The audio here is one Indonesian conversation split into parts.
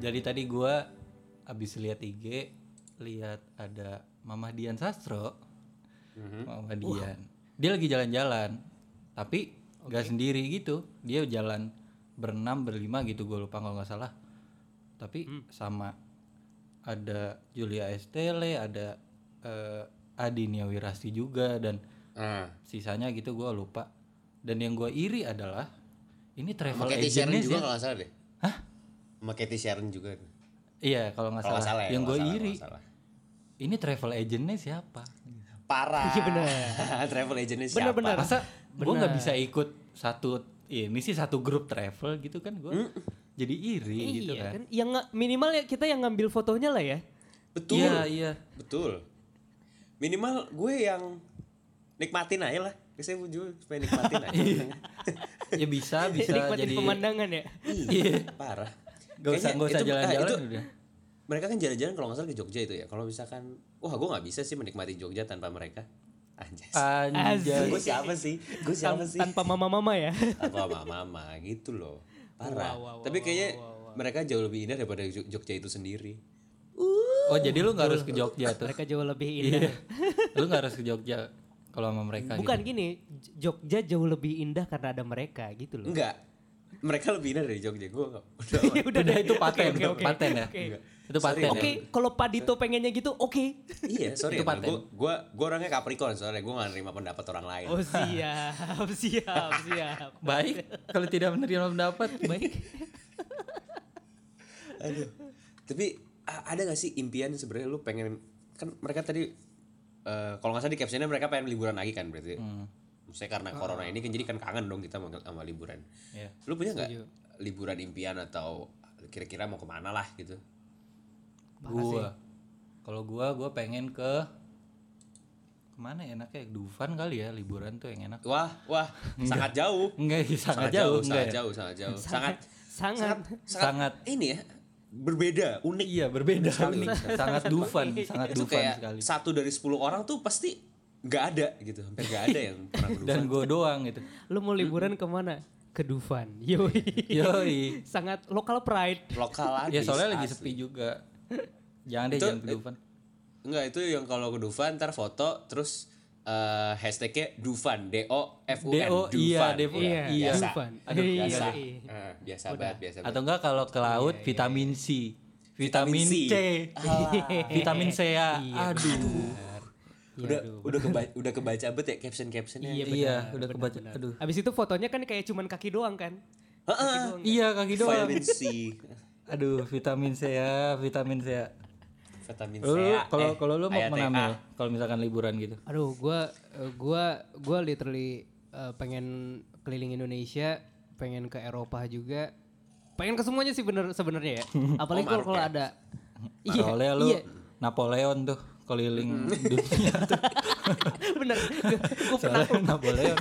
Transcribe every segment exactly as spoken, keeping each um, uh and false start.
Jadi tadi gue abis lihat I G, lihat ada Mama Dian Sastro, mm-hmm. Mama Dian. Wow. Dia lagi jalan-jalan, tapi nggak okay. sendiri gitu. Dia jalan berenam berlima gitu, gue lupa kalau nggak salah. Tapi hmm. sama ada Julia Estelle, ada uh, Adinia Wirasti juga dan uh. sisanya gitu gue lupa. Dan yang gue iri adalah ini travel agentnya juga kalau nggak salah deh. Hah? Sama Cathy Sharon juga. Iya kalau nggak salah. salah. Yang gue iri. Salah. Ini travel agentnya siapa? Parah. Iya benar. Travel agentnya siapa? Benar-benar. Masa gue nggak bisa ikut satu ini sih satu grup travel gitu kan gue. Mm. Jadi iri iya, gitu kan. kan. Yang minimal ya kita yang ngambil fotonya lah ya. Betul. Iya iya. Betul. Minimal gue yang nikmatin aja lah. Saya juga supaya nikmatin aja. Ya bisa bisa nikmatin jadi pemandangan ya. Iya. Parah. Gak usah gak usah jalan-jalan itu, udah. Mereka kan jalan-jalan kalau nggak salah ke Jogja itu ya. Kalau misalkan, wah gue nggak bisa sih menikmati Jogja tanpa mereka. Anjas. Anjas. Gue siapa sih? Gue siapa Tan- sih? Tanpa mama-mama ya. Tanpa mama-mama gitu loh. Parah. Wow, wow, Tapi kayaknya wow, wow, wow. mereka jauh lebih indah daripada Jogja itu sendiri. Oh jadi lu nggak harus ke Jogja tuh? Mereka jauh lebih indah. Lu nggak harus ke Jogja kalau sama mereka. Bukan gitu. gini, Jogja jauh lebih indah karena ada mereka gitu loh. Enggak. Mereka lebih indah dari Jogja. Gue enggak. Udah, udah, udah itu paten, okay, okay, paten ya. Okay. Itu paten. Oke, okay, ya? kalau Pak Dito pengennya gitu, oke. Okay. Iya, sorry. Itu paten. Gue gue gue orangnya Capricorn soalnya gue enggak nerima pendapat orang lain. Oh siap, siap, siap. Baik, kalau tidak menerima pendapat, baik. Aduh. Tapi ada gak sih impian sebenarnya lu pengen, kan mereka tadi uh, kalau nggak salah di captionnya mereka pengen liburan lagi kan berarti. Hmm. Maksudnya karena oh. corona ini kan jadi kan kangen dong kita sama liburan. Yeah. Lu punya nggak liburan impian atau kira-kira mau kemana lah gitu? Gua, kalau gua gua pengen ke kemana ya enaknya? Dufan kali ya liburan tuh yang enak. Wah wah sangat jauh. Enggak sih sangat, sangat jauh, jauh, sangat jauh, sangat jauh, sangat sangat sangat, sangat ini ya. Berbeda, unik. Iya, berbeda sekali. Sangat Dufan, sangat itu Dufan kayak sekali. Satu dari sepuluh orang tuh pasti nggak ada gitu, hampir nggak ada yang pernah ke Dufan. Dan gue doang gitu. Lu mau liburan kemana? Ke Dufan. Yoi. Yoi. Sangat lokal pride. Lokal ya soalnya lagi sepi juga. Jangan deh, itu, jangan ke Dufan. Enggak, itu yang kalau ke Dufan ntar foto terus uh, hashtagnya Dufan, D O F U N. D O iya, D O iya, iya. Biasa. Dufan. Aduh, biasa. Iya. Uh, biasa banget, biasa banget. Atau enggak kalau ke laut iya, vitamin iya. C. Vitamin, vitamin C. Ah. Vitamin C ya. Iya, aduh. Udah ya, udah kebaca udah kebaca bet ya caption-captionnya. Iya, benar, iya udah benar, kebaca. Benar. Aduh. Abis itu fotonya kan kayak cuman kaki doang kan? Heeh. Uh-uh. Iya, kaki doang. Vitamin C. Aduh, vitamin C ya, vitamin C ya. Vitamin C. Kalau eh, kalau lu mau mengambil kalau misalkan liburan gitu. Aduh, gua gua gua literally uh, pengen keliling Indonesia, pengen ke Eropa juga. Pengen ke semuanya sih bener sebenarnya ya. Apalagi kalau oh, kalau ada iya, Soalnya lu iya. Napoleon tuh keliling dunia tuh. Bener. Gue pernah Napoleon.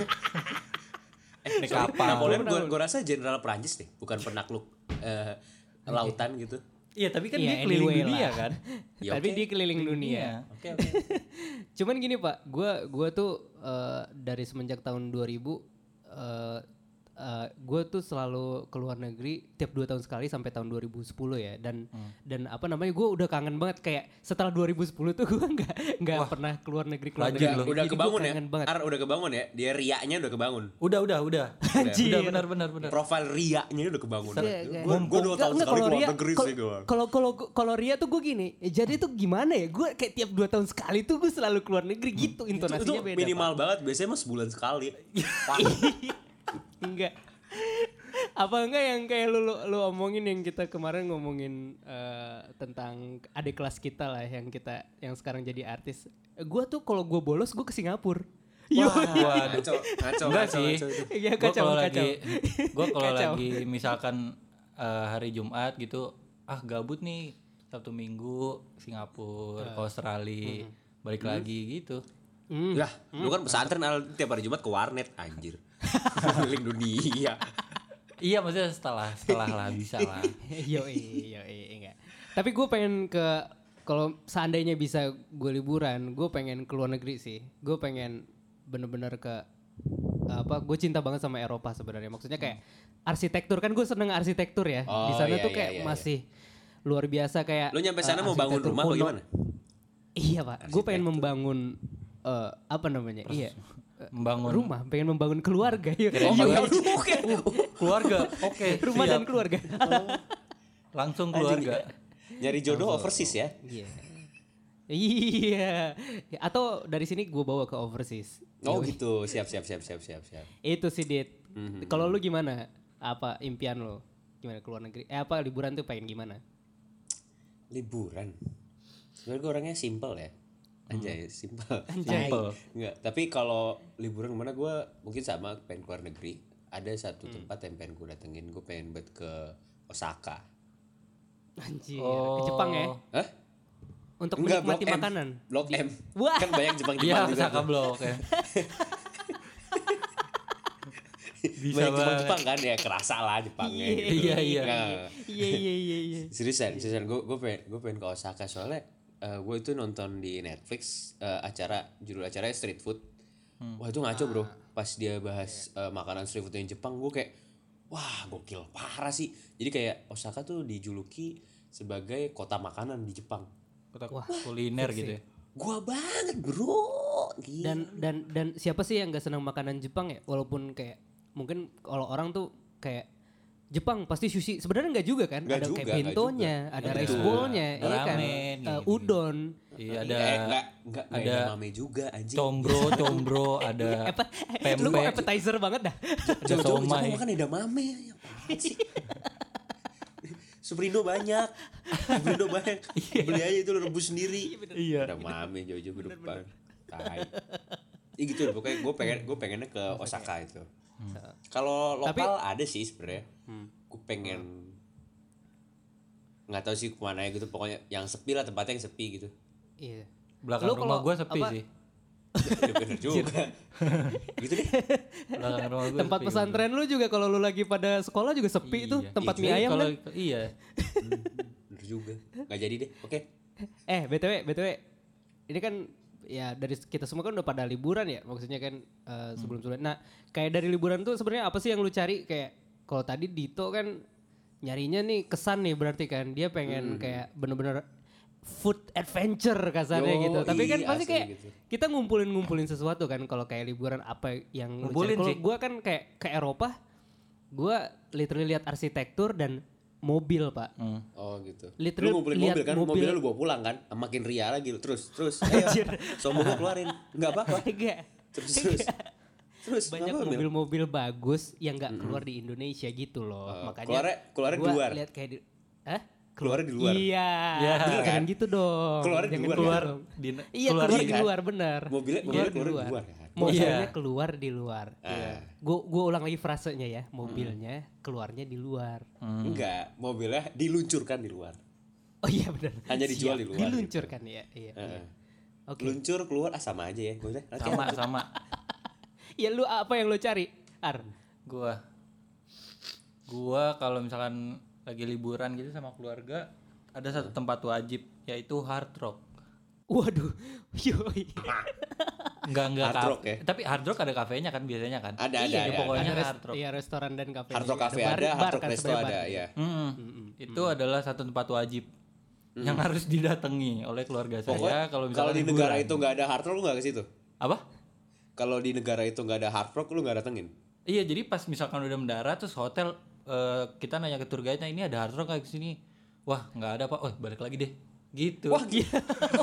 Eh, kapal. Napoleon gue gue rasa jenderal Prancis deh, bukan penakluk uh, lautan gitu. Iya, tapi kan yeah, dia keliling anyway dunia lah. kan. Ya, tapi okay. dia keliling dunia. Oke, oke. Cuman gini, Pak, gua gua tuh uh, dari semenjak tahun dua ribu uh, Uh, gue tuh selalu ke luar negeri tiap dua tahun sekali sampai tahun dua ribu sepuluh ya dan hmm. dan apa namanya gue udah kangen banget kayak setelah dua ribu sepuluh tuh gue nggak nggak pernah keluar negeri keluar negeri udah, udah kebangun ya Ar, udah kebangun ya dia riaknya udah kebangun udah udah udah Anjir. udah benar benar benar profil riaknya udah kebangun gue gue dua tahun sekali keluar negeri sih gue kalau kalau kalau ria tuh gue gini ya, jadi tuh gimana ya gue kayak tiap dua tahun sekali tuh gue selalu keluar negeri hmm. gitu intonasinya itu, beda itu minimal Pak. Banget biasanya mah sebulan sekali enggak apa enggak yang kayak lu, lu lu omongin yang kita kemarin ngomongin uh, tentang adik kelas kita lah yang kita yang sekarang jadi artis. Gue tuh kalau gue bolos gue ke Singapura. Wah, wah ngaco, ngaco, enggak ngaco, sih. Iya gue kalau lagi, gue kalau kacau. lagi misalkan uh, hari Jumat gitu, ah gabut nih Sabtu Minggu Singapura, uh, ke Australia, hmm. balik hmm. lagi gitu. Hmm. Lah, hmm. lu kan pesantren al tiap hari Jumat ke warnet anjir. Keliling dunia. Iya maksudnya setelah setelah lah bisa lah. Yo yo enggak. Tapi gue pengen ke kalau seandainya bisa gue liburan, gue pengen ke luar negeri sih. Gue pengen bener-bener ke apa? Gue cinta banget sama Eropa sebenarnya. Maksudnya kayak arsitektur kan gue seneng arsitektur ya. Oh, di sana iya, tuh kayak iya, iya, masih luar biasa kayak. Lo nyampe sana uh, mau bangun arsitektur rumah apa kuno. gimana? Iya pak, gue pengen membangun uh, apa namanya? Iya. Membangun Rumah, pengen membangun keluarga. Iya. Oh, Iya. bukan. keluarga. Oke. Rumah siap. dan keluarga. Langsung keluarga. Nyari jodoh overseas ya? Iya. Iya. Atau dari sini gue bawa ke overseas. Oh gitu, siap siap siap siap siap siap. Itu sih Dit. Mhm. Kalau lu gimana? Apa impian lo? Gimana keluar negeri? Eh apa liburan tuh pengen gimana? Liburan. Sebenarnya gue orangnya simple ya. Anjay, simple. Anjay. Simple. Enggak, tapi kalau liburan kemana gue mungkin sama pengen keluar negeri. Ada satu tempat yang pengen gue datengin, gue pengen buat ke Osaka. Anjir, Oh. ke Jepang ya? Hah? Untuk Enggak, menikmati Blok M. makanan. Blok M. Wah. Kan banyak Iya, Jepang-Jepang juga. Osaka tuh. Blok ya. Bisa Banyak banget. Jepang-Jepang kan ya, kerasa lah Jepangnya. gitu. Iya, iya. Nah, Iya iya iya iya. seriusan, seriusan gue gue pengen gue pengen ke Osaka soalnya uh, gue itu nonton di Netflix uh, acara judul acaranya Street Food. Wah itu ngaco bro, pas dia bahas uh, makanan street food yang Jepang gue kayak wah gokil parah sih. Jadi kayak Osaka tuh dijuluki sebagai kota makanan di Jepang. Kota Wah, kuliner gitu ya. Gua banget bro. Gila. Dan dan dan siapa sih yang gak senang makanan Jepang ya? Walaupun kayak mungkin kalau orang tuh kayak Jepang pasti sushi. Sebenarnya enggak juga kan? Nggak ada juga, kayak nggak bentonya, juga. ada Nggak rice juga. bowl-nya, Ada iya kan? ramen, Uh, gitu. udon. Iya ada eh, enggak enggak ada ada mame juga anjing. combro, combro, ada Apa? Lu kok pempek, appetizer banget dah. ada Jauh-jauh ke somai. Jepang makan ada mame. Apaan sih? Superindo banyak. Superindo banyak. Beli aja itu lo rebus sendiri. Iya. Ada mame jauh-jauh ke depan. Tai. Ya gitu loh, pokoknya gue pengen gue pengennya ke Osaka itu. Kalau lokal ada sih sebenarnya. Gue pengen nggak tahu sih kemana ya gitu, pokoknya yang sepi lah, tempatnya yang sepi gitu. Iya. Belakang Lu rumah kalau gue sepi apa- sih. Ya bener juga. Gitu deh. Belakang rumah gue Tempat sepi. pesantren lu juga kalau lu lagi pada sekolah juga sepi tuh, Iya. tempat Iya, mie ayam Kalau kan. iya. Bener juga. Nggak jadi deh. Oke. Eh, B T W, B T W. Ini kan ya dari kita semua kan udah pada liburan ya, maksudnya kan eh, sebelum-sebelumnya. Nah, kayak dari liburan tuh sebenarnya apa sih yang lu cari? Kayak kalau tadi Dito kan nyarinya nih kesan nih berarti kan dia pengen kayak bener-bener food adventure kasarnya Yo, gitu. Tapi kan iya, pasti asli kayak gitu. kita ngumpulin-ngumpulin sesuatu kan kalau kayak liburan apa yang lu cari. Ngumpulin Kalau sih. gua kan kayak ke Eropa, gua literally lihat arsitektur dan mobil, Pak. Hmm. Oh gitu. Literally Lu ngumpulin lihat mobil kan, mobil. mobilnya lu bawa pulang kan, makin ria lagi lu terus terus. Ayo, sombong lu keluarin, nggak apa-apa. Enggak. Terus terus. Terus Banyak apa, Mil? mobil-mobil bagus yang nggak keluar di Indonesia gitu loh. Oh, Makanya keluarnya- keluarnya di gua luar. lihat kayak di Hah? Keluarnya di luar. Iya. Iya. Bener kan? Jangan gitu dong. Keluarnya di Jangan luar, gitu Keluar dong. di Iya, keluar keluar di- di kan? luar benar. Mobilnya- Keluar mobilnya di keluar di luar. luar kan? Mobilnya Iya. keluar di luar. Ah. Gue gue ulang lagi frasenya ya. Mobilnya keluarnya di luar. Hmm. Enggak, mobilnya diluncurkan di luar. Oh iya benar. Hanya dijual Siap. di luar Diluncurkan ya. Iya. Heeh. Oke. Luncur keluar ah sama aja ya. Gue udah. Oke. Sama sama Ya lu apa yang lu cari? Ar. gua. Gua kalau misalkan lagi liburan gitu sama keluarga, ada satu tempat wajib yaitu Hard Rock. Waduh. Yoi. Enggak enggak Hard kaf- Rock ya? Tapi Hard Rock ada kafenya kan biasanya kan? Ada ada Iya, ada. pokoknya ada res- Hard Rock. Iya, restoran dan kafe. Hard Rock juga. Cafe bar- ada, bar Hard Rock kan Resto sebenarnya ada, bar. ya. Hmm. Itu adalah satu tempat wajib yang harus didatangi oleh keluarga saya Pokoknya kalau kalau misalkan di liburan. negara itu nggak ada Hard Rock lu nggak ke situ. Apa? Kalau di negara itu nggak ada Hard Rock lu nggak datengin. Iya, jadi pas misalkan udah mendarat terus hotel eh, kita nanya ke tour guide-nya, ini ada Hard Rock kayak sini. Wah, nggak ada Pak. Oh, balik lagi deh. Gitu. Wah gila.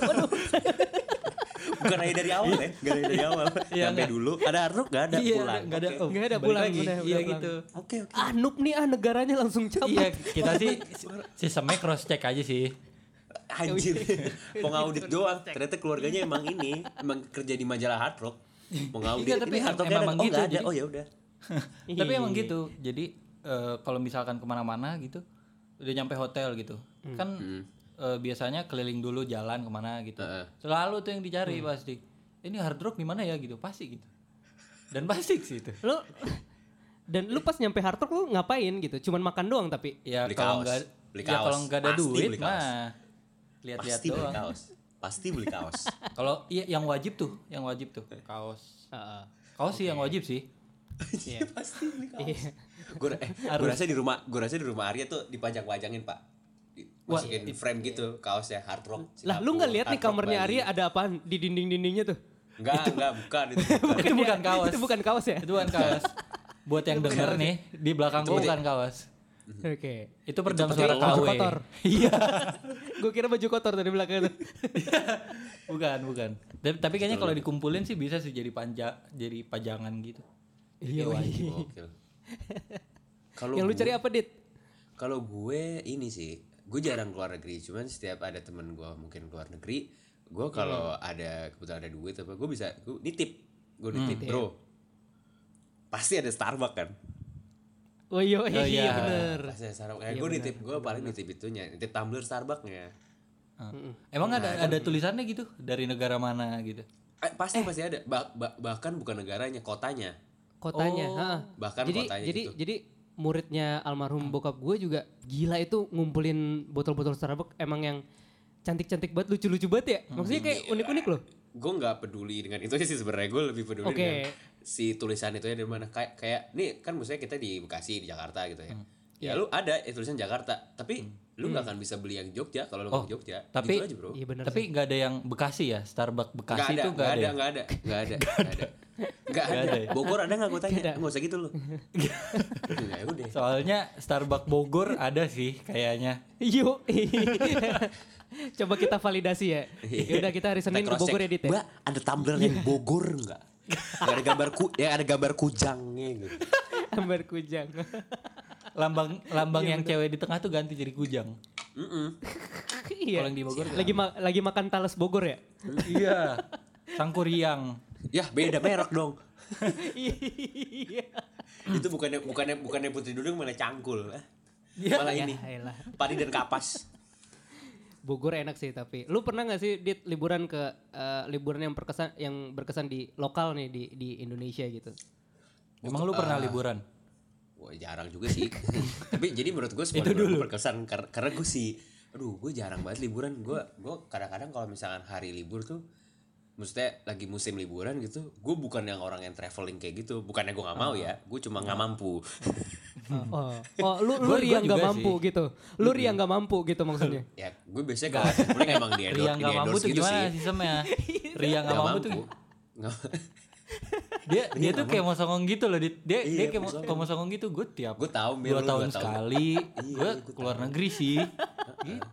Bukan aja dari awal ya, nggak ada dari awal. Iya, Sampai nggak. dulu ada Hard Rock nggak ada Iya, pulang. nggak ada. Oke. Oh, Nggak ada balik pulang, lagi. udah, Iya udah gitu. Oke oke. Ah, noob nih ah negaranya langsung cabut. Iya, kita sih sistemnya cross check aja sih. Anjir. Mau ngaudit doang. Ternyata keluarganya emang ini, emang kerja di majalah Hard Rock. Mau ngaudit. Iya, tapi ini Hard Rock emang ada. Oh gitu, nggak ada. jadi- Oh ya udah. Tapi emang gitu. Jadi eh, kalau misalkan kemana-mana gitu, udah nyampe hotel gitu, kan eh, biasanya keliling dulu jalan kemana gitu. Heeh. Selalu tuh yang dicari pasti. Ini Hard Rock di mana ya gitu, pasti gitu. Dan pasti sih itu. Lu dan lu pas nyampe Hard Rock lu ngapain gitu? Cuman makan doang tapi. Ya Beli kalau kaos. nggak, Beli ya kaos. kalau nggak ada Pasti duit beli kaos. mah lihat-lihat Pasti beli doang. kaos. Pasti beli kaos. Kalau iya yang wajib tuh, yang wajib tuh kaos. Heeh. Kaos sih yang wajib sih. Iya. Pasti beli kaos. Iya. Gue eh, gua rasa di rumah, gue rasa di rumah Arya tuh dipajang-pajangin pak. Di- masukin frame gitu kaosnya hard rock. Lah lu nggak lihat nih kamarnya Arya ada apaan di dinding-dindingnya tuh? Enggak, enggak, bukan itu. Bukan. Itu bukan kaos. Itu bukan kaos ya? Itu bukan kaos. Buat yang denger nih, di belakang gua bukan kaos. Oke. Itu peredam Itu suara baju K W. kotor. Iya. Gue kira baju kotor dari belakang itu. Bukan, bukan. Tapi, tapi kayaknya kalau dikumpulin sih bisa sih jadi panja, jadi pajangan gitu. Iya. Gokil. Kalau Yang lu gue- cari apa, Dit? Kalau gue ini sih, gue jarang keluar negeri. Cuman setiap ada temen gue mungkin keluar negeri, gue kalau ada kebetulan ada duit apa, gue bisa gue nitip, gue nitip bro. Pasti ada Starbucks kan? Oh iya, iya, Oh, iya iya. bener. Pasti ada Starbucks. Eh, gue nitip, gue paling nitip itunya, nitip tumbler Starbucksnya. Uh. Emang ada ada tulisannya gitu dari negara mana gitu? Eh, pasti pasti ada. Ba- ba- bahkan bukan negaranya, kotanya. Kotanya. Oh. ha. Bahkan jadi, kotanya jadi, gitu. jadi muridnya almarhum bokap gue juga gila itu ngumpulin botol-botol Starbucks emang yang cantik-cantik banget, lucu-lucu banget ya. Maksudnya kayak unik-unik loh. Gue nggak peduli dengan itu aja sih sebenarnya, gue lebih peduli Oke. dengan si tulisan itu ya dari mana. Kayak kayak nih kan maksudnya kita di Bekasi di Jakarta gitu ya. Ya lu ada ya, tulisan Jakarta, tapi lu nggak akan bisa beli yang Jogja kalau lu Oh, nggak ke Jogja. tapi- gitu aja bro. Iya bener Tapi nggak ada yang Bekasi ya, Starbucks Nggak Bekasi ada, itu nggak ada. nggak ya? ada, nggak ada, nggak ada, nggak ada, nggak ada. ada ya? Bogor ada nggak? Gue tanya, nggak usah gitu lu. Ya udah. Soalnya Starbucks Bogor ada sih kayaknya. Yuk. Coba kita validasi ya. Ya udah kita hari Senin ke Bogor ya, Dit ya. Mbak, ada tumbler yang Bogor nggak? Nggak ada gambar ku, ya ada gambar kujangnya gitu. Gambar kujang. Lambang lambang yang cewek di tengah tuh ganti jadi kujang. Iya. Kalau yang di Bogor Lagi ma- lagi makan talas Bogor ya? Iya. Sangkuriang. Ya beda merek dong. Iya. Itu bukannya bukannya bukannya Putri Dudung malah cangkul. Eh, Iya. Malah ini. Ya, elah. Padi dan kapas. Bogor enak sih tapi. Lu pernah gak sih Dit liburan ke eh, liburan yang berkesan yang berkesan di lokal nih di di Indonesia gitu? Emang lu pernah liburan? Wah jarang juga sih. Tapi jadi menurut gue semua liburan gue berkesan karena, karena gue sih, aduh gue jarang banget liburan. Gue gue kadang-kadang kalau misalkan hari libur tuh, maksudnya lagi musim liburan gitu, gue bukan yang orang yang traveling kayak gitu. Bukannya gue nggak mau ya, gue cuma nggak mampu. Oh, oh lu lu Gua- gua yang nggak juga mampu sih. gitu. Lu yang nggak mampu gitu maksudnya. Ya gue biasanya kalau traveling emang di Ria endorse, nggak di mampu endorse tuh gitu gimana sih. sistemnya? Ria nggak Nggak mampu tuh Nggak- dia dia tuh kayak mau songong gitu loh. Dia dia, Iya, dia kayak mau mau kalau mau songong gitu gue tiap Gue tahu, Mil, dua lu tahun dua tahun. sekali Iya, gue gua keluar negeri sih. Gitu.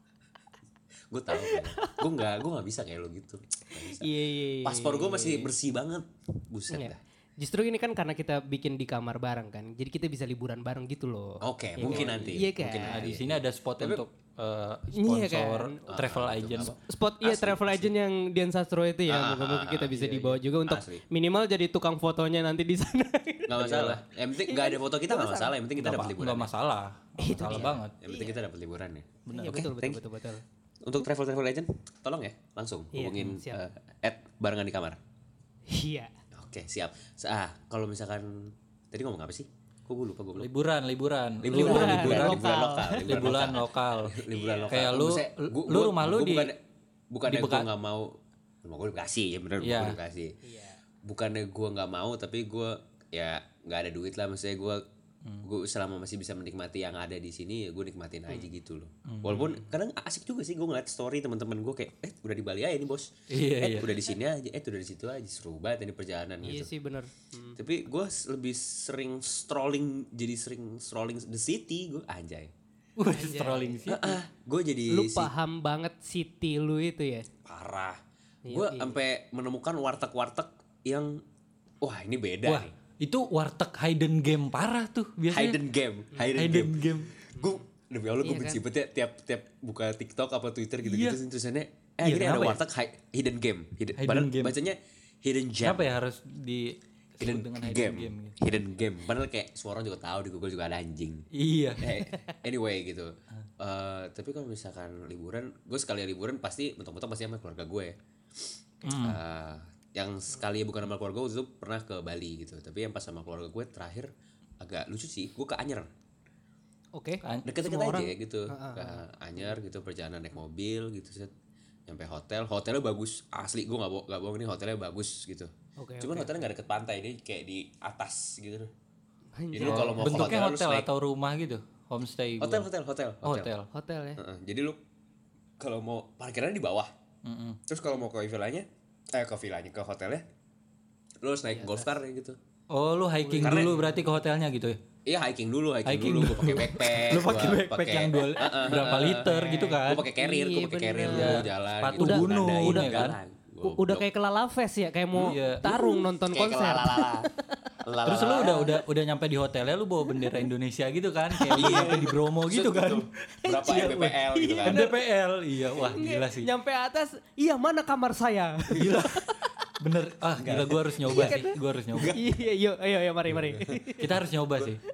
gue tahu kan. Gue nggak gue nggak bisa kayak lo gitu. Nggak bisa. Iya iya. iya. Paspor gue masih bersih banget. Buset Iya. dah. Justru ini kan karena kita bikin di kamar bareng kan. Jadi kita bisa liburan bareng gitu loh. Oke, Iya mungkin kan? nanti. Iya kan? Mungkin Nah, nanti. di sini ada spot untuk eh, Iya sponsor kan? travel agent. Spot iya Asli, travel agent yang Dian Sastro itu ya. Ah, Moga-moga ah, kita ah, bisa iya, dibawa iya. juga untuk Asli. minimal jadi tukang fotonya nanti di sana. Nggak masalah. Yang penting nggak ada foto kita nggak masalah. Yang penting kita dapat liburan. Nggak masalah. Nggak masalah banget. Yang penting kita dapat liburan ya. Iya Oke, betul betul thank you. betul betul. Untuk travel travel agent, tolong ya langsung Iya, hubungin siap. eh, at barengan di kamar. Iya. Oke siap. Ah kalau misalkan tadi ngomong apa sih? Kok gue lupa gue belum. Liburan, liburan. Liburan, Liburan, liburan, lokal. liburan lokal, Liburan lokal. liburan lokal. Kayak lu, Maksudnya, lu gua- rumah lu gua di bukan bukannya di gue Beka- nggak mau, rumah gue di Bekasi ya bener, Iya. gue di Bekasi. Bukannya gue nggak mau, tapi gue ya nggak ada duit lah. Maksudnya gue Hmm. gue selama masih bisa menikmati yang ada di sini ya gue nikmatin aja gitu loh. Walaupun kadang asik juga sih gue ngeliat story teman-teman gue kayak eh udah di Bali aja nih bos, Iya, eh iya. udah di sini aja, eh udah di situ aja, seru banget ini perjalanan Iya gitu. sih bener. Hmm. Tapi gue lebih sering strolling, jadi sering strolling the city gue anjay. Udah strolling sih. Ah, gue jadi Lu si paham banget city lu itu ya. parah. Iya, Gue iya. sampai menemukan warteg-warteg yang wah ini beda Wah, nih. itu warteg hidden game parah tuh biasanya. Hidden game, hidden, Hidden game. game. Gue demi Allah gue Iya benci kan? banget ya tiap tiap buka TikTok apa Twitter gitu Iya. gitu tulisannya eh Iya, ini ada kenapa ya? warteg hi- hidden game, hidden, Hidden padahal game. bacanya hidden gem. Kenapa ya harus di Hidden dengan game, hidden game gitu? hidden game. Padahal kayak semua orang juga tahu di Google juga ada anjing. Iya. Eh, anyway gitu. Eh, tapi kalau misalkan liburan, gue sekali liburan pasti mentok-mentok pasti sama keluarga gue. Eh, yang sekali bukan sama keluarga gue itu pernah ke Bali gitu. Tapi yang pas sama keluarga gue terakhir agak lucu sih. Gue ke Anyer. Oke. Kan Deket-deket Semua aja orang- gitu. Ke Anyer gitu perjalanan naik mobil gitu. Set. Nyampe hotel, hotelnya bagus asli. Gue nggak bohong, nggak bohong nih hotelnya bagus gitu. Oke, Cuman oke, hotelnya nggak deket pantai, ini kayak di atas gitu. Anjir. Jadi lu kalau mau ke bentuknya hotel, lu hotel naik- atau rumah gitu? Homestay gua. Hotel, hotel, hotel, Oh, hotel. Hotel ya. Heeh, jadi lu kalau mau parkirannya di bawah. Mm-mm. Terus kalau mau ke villanya, eh ke villanya ke hotelnya, lu harus naik golf car gitu. Oh, lu hiking Karena- dulu berarti ke hotelnya gitu ya? Iya hiking dulu, hiking, Hiking dulu. Gue pakai backpack. Lu pakai gua backpack pakai- yang dua berapa liter gitu kan? Gue pakai carrier, gue Iya, pakai bener. carrier Iya. lu jalan. Sepatu gitu, gunung, nandain udah kan? jalan. U- udah kayak kelala fest ya, kayak mau Iya. tarung nonton Kayak konser. kelalala. Terus lu udah udah udah nyampe di hotelnya lu bawa bendera Indonesia gitu kan? Kayak lu nyampe di Bromo gitu kan? Berapa M B P L gitu kan. M D P L. Iya, wah gila sih. Nyampe atas, iya mana kamar saya? Gila. Bener. Ah, gila gua harus nyoba sih. Gua harus nyoba. Iya, yuk, ayo, ayo, mari, mari. Kita harus nyoba sih.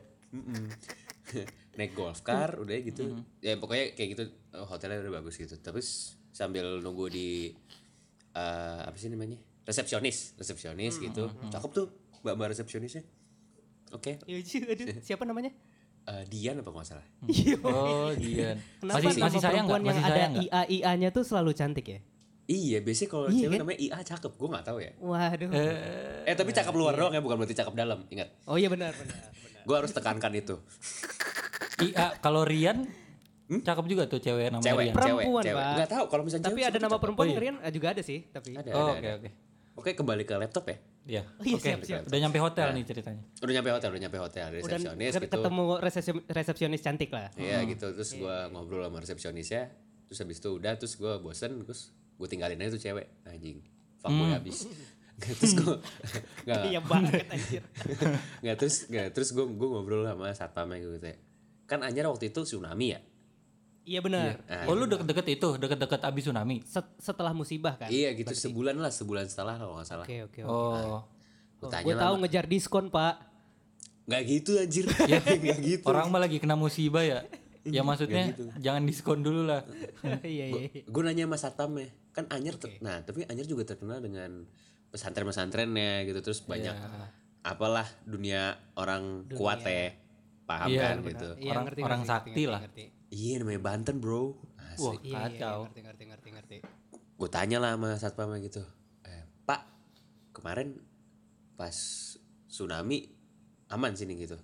Naik golf car udah gitu. Ya pokoknya kayak gitu oh, hotelnya udah bagus gitu. Terus sambil nunggu di eh, apa sih namanya? Resepsionis, resepsionis gitu. Cakep tuh mbak-mbak resepsionisnya. Oke. Iya, aduh, siapa namanya? Eh, Dian apa nggak salah? Oh, Dian. Kenapa Masih nama masih sayang perempuan enggak? yang Masih ada sayang enggak? I A I A-nya tuh selalu cantik ya? Iya, biasanya kalau Iya cewek kan? namanya I A cakep, gue nggak tahu ya. Waduh. Eh tapi cakep luar doang ya, bukan berarti cakep dalam. Ingat, Oh iya benar, benar, benar. gue harus tekankan itu. Iya, kalau Rian cakep juga tuh cewek namanya Cewek, Rian. cewek, Perempuan, cewek. Pak. Nggak tahu kalau misalnya Tapi cewek ada siapa nama cakep? perempuan Oh, iya. Rian ah, juga ada sih, tapi. Ada, Oh, ada, oke ada. oke. Oke, kembali ke laptop ya. Iya. Oh, iya, Oke. siap, siap. Udah nyampe hotel nih ceritanya. Udah nyampe hotel, udah nyampe hotel, Udah resepsionis ke- gitu. ketemu resepsi- resepsionis cantik lah. Iya gitu, terus gue ngobrol sama resepsionisnya, terus habis itu udah, terus gue bosen, terus gue tinggalin aja tuh cewek, anjing, fuckboy abis. terus gue nggak Iya banget anjir. nggak terus nggak terus gue gue ngobrol sama satpamnya gitu ya. Kan Anjar waktu itu tsunami ya. Iya benar. Nah, Oh, lu deket-deket itu, deket-deket abis tsunami. Set- setelah musibah kan. iya gitu sebulan lah, sebulan setelah kalau nggak salah. Oke oke oke. Oh. Gue Oh, tanya gue lah, tahu Ma- ngejar diskon pak. nggak gitu anjir, nggak gitu. Orang mah lagi kena musibah ya. Ya maksudnya jangan diskon dulu lah. Iya iya. iya. Gue nanya sama satpamnya, kan Anjar, ter- nah tapi Anjar juga terkenal dengan pesantren-pesantrennya gitu, terus banyak Iya. apalah dunia orang kuat ya, paham Iya, kan benar. gitu. Iya, Orang- ngerti, orang ngerti, sakti ngerti, lah. ngerti. Iya namanya Banten bro. Asik. Wah, Iya, iya, iya, kacau. ngerti ngerti ngerti ngerti. Gue tanya lah sama satpamnya gitu, eh, Pak kemarin pas tsunami aman sini gitu.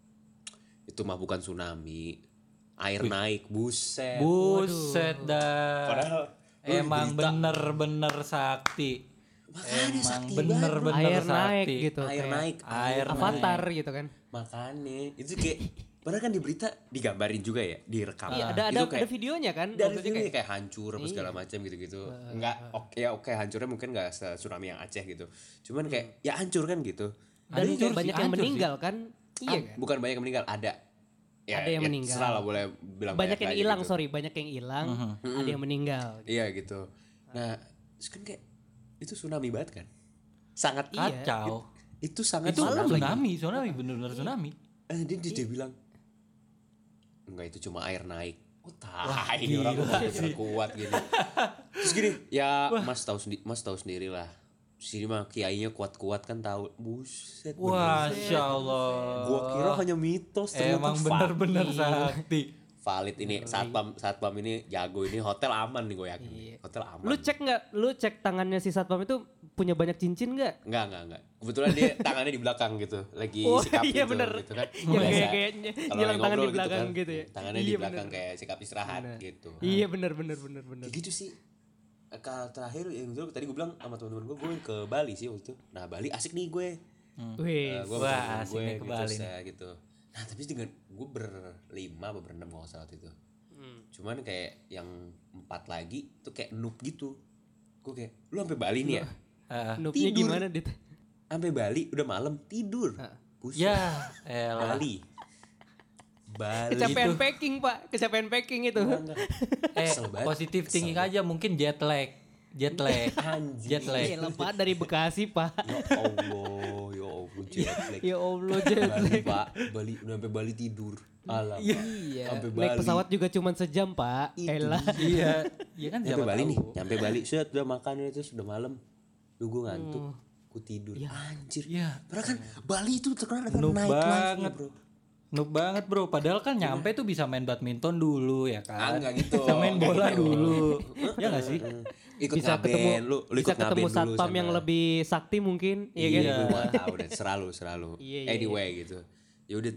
Itu mah bukan tsunami, air naik, buset. Buset dah. Padahal lu Emang berita- bener-bener sakti. Makanya Emang sakti bener-bener Air sakti. naik gitu. Air kayak naik, Air Avatar gitu kan. Makanya itu kayak padahal kan di berita digambarin juga ya, direkam. Iya ada ada Itu kayak, ada videonya kan. dari Maksudnya videonya kayak- kayak hancur apa segala macam gitu-gitu. Enggak, oke ya oke hancurnya mungkin enggak tsunami yang Aceh gitu. Cuman kayak ya hancur kan gitu. dan Hancur sih, banyak yang hancur meninggal kan. Iya Ah, kan. bukan banyak yang meninggal, ada. Ya, Ada yang ya meninggal. terserah lah boleh bilang Banyak yang aja hilang gitu. sorry banyak yang hilang. Ada yang meninggal. Iya gitu. Nah, terus kan kayak itu tsunami banget kan. Sangat Iya. Kacau. itu sangat Itu tsunami. tsunami, tsunami bener-bener tsunami. Eh, dia, dia, dia bilang enggak itu cuma air naik. Oh, Wah, tai ini orang gila bener-bener kuat gini. Terus gini, ya Mas tahu sendiri, Mas tahu sendiri lah. Sini mah kiainya kuat-kuat kan tahu. Buset. Wah, Masya Allah. Gua kira hanya mitos, ternyata Emang valid. bener-bener sakti. Valid ini satpam satpam ini jago ini, hotel aman nih gue yakin. Iya. Hotel aman. Lu cek nggak? Lu cek tangannya si satpam itu punya banyak cincin nggak? Enggak, enggak, enggak. Kebetulan dia tangannya di belakang gitu, lagi Oh, sikap iya gitu, bener. gitu kan. Yang Biasa. kayak- kayak ny- Kalau nyelang lagi tangan di ngobrol belakang kan, gitu ya. Tangannya di Iya, belakang bener. kayak sikap istirahat Bener. gitu. Iya benar benar benar benar. Kayak gitu sih. Kalau terakhir ya betul tadi gue bilang sama teman-teman gue, gue ke Bali sih waktu itu. Nah, Bali asik nih gue. Wih. Uh, gue Wah, sama asik gue nih ke gitu, Bali saya, gitu. Nah, tapi dengan gue berlima atau berenam kalau nggak salah waktu itu. Hmm. Cuman kayak yang empat lagi tuh kayak noob gitu. Gue kayak, lu sampai Bali nih ya? Ah, Noobnya tidur. gimana dit? Sampai Bali udah malam tidur. Ah. Buset. ya, elah. Bali. Bali. Kecapean packing pak, kecapean packing itu. Enggak, enggak. Eh, Kesel banget. positif Kesel thinking aja mungkin jet lag. Jet lag. Anjing. Jet lag. Iya pak dari Bekasi pak. Ya Allah, ya Allah jet lag. Ya Allah jet Bali, lag. Pak. Bali udah sampai Bali tidur. Alam. Iya. Sampai Naik Bali. pesawat juga cuma sejam pak. Itu. Elah. Iya, iya kan Nyampe siapa Bali tahu. nih, nyampe Bali, set udah makan itu sudah malam. Lu gue ngantuk, Oh. ku tidur. Anjir. Iya. Padahal kan Bali itu terkenal dengan Noob night life-nya, banget. bro. Noob banget bro, padahal kan nyampe tuh bisa main badminton dulu ya Ah, kan. enggak gitu. Bisa main Enggak bola gitu. dulu. Ya gak sih? Ikut Bisa ngaben, ketemu, lu, lu bisa ikut ketemu ngaben dulu satpam sana. yang lebih sakti mungkin, iya Iya, kan? gue gak tau deh, selalu, selalu. Iya, iya, Anyway gitu. Ya udah terus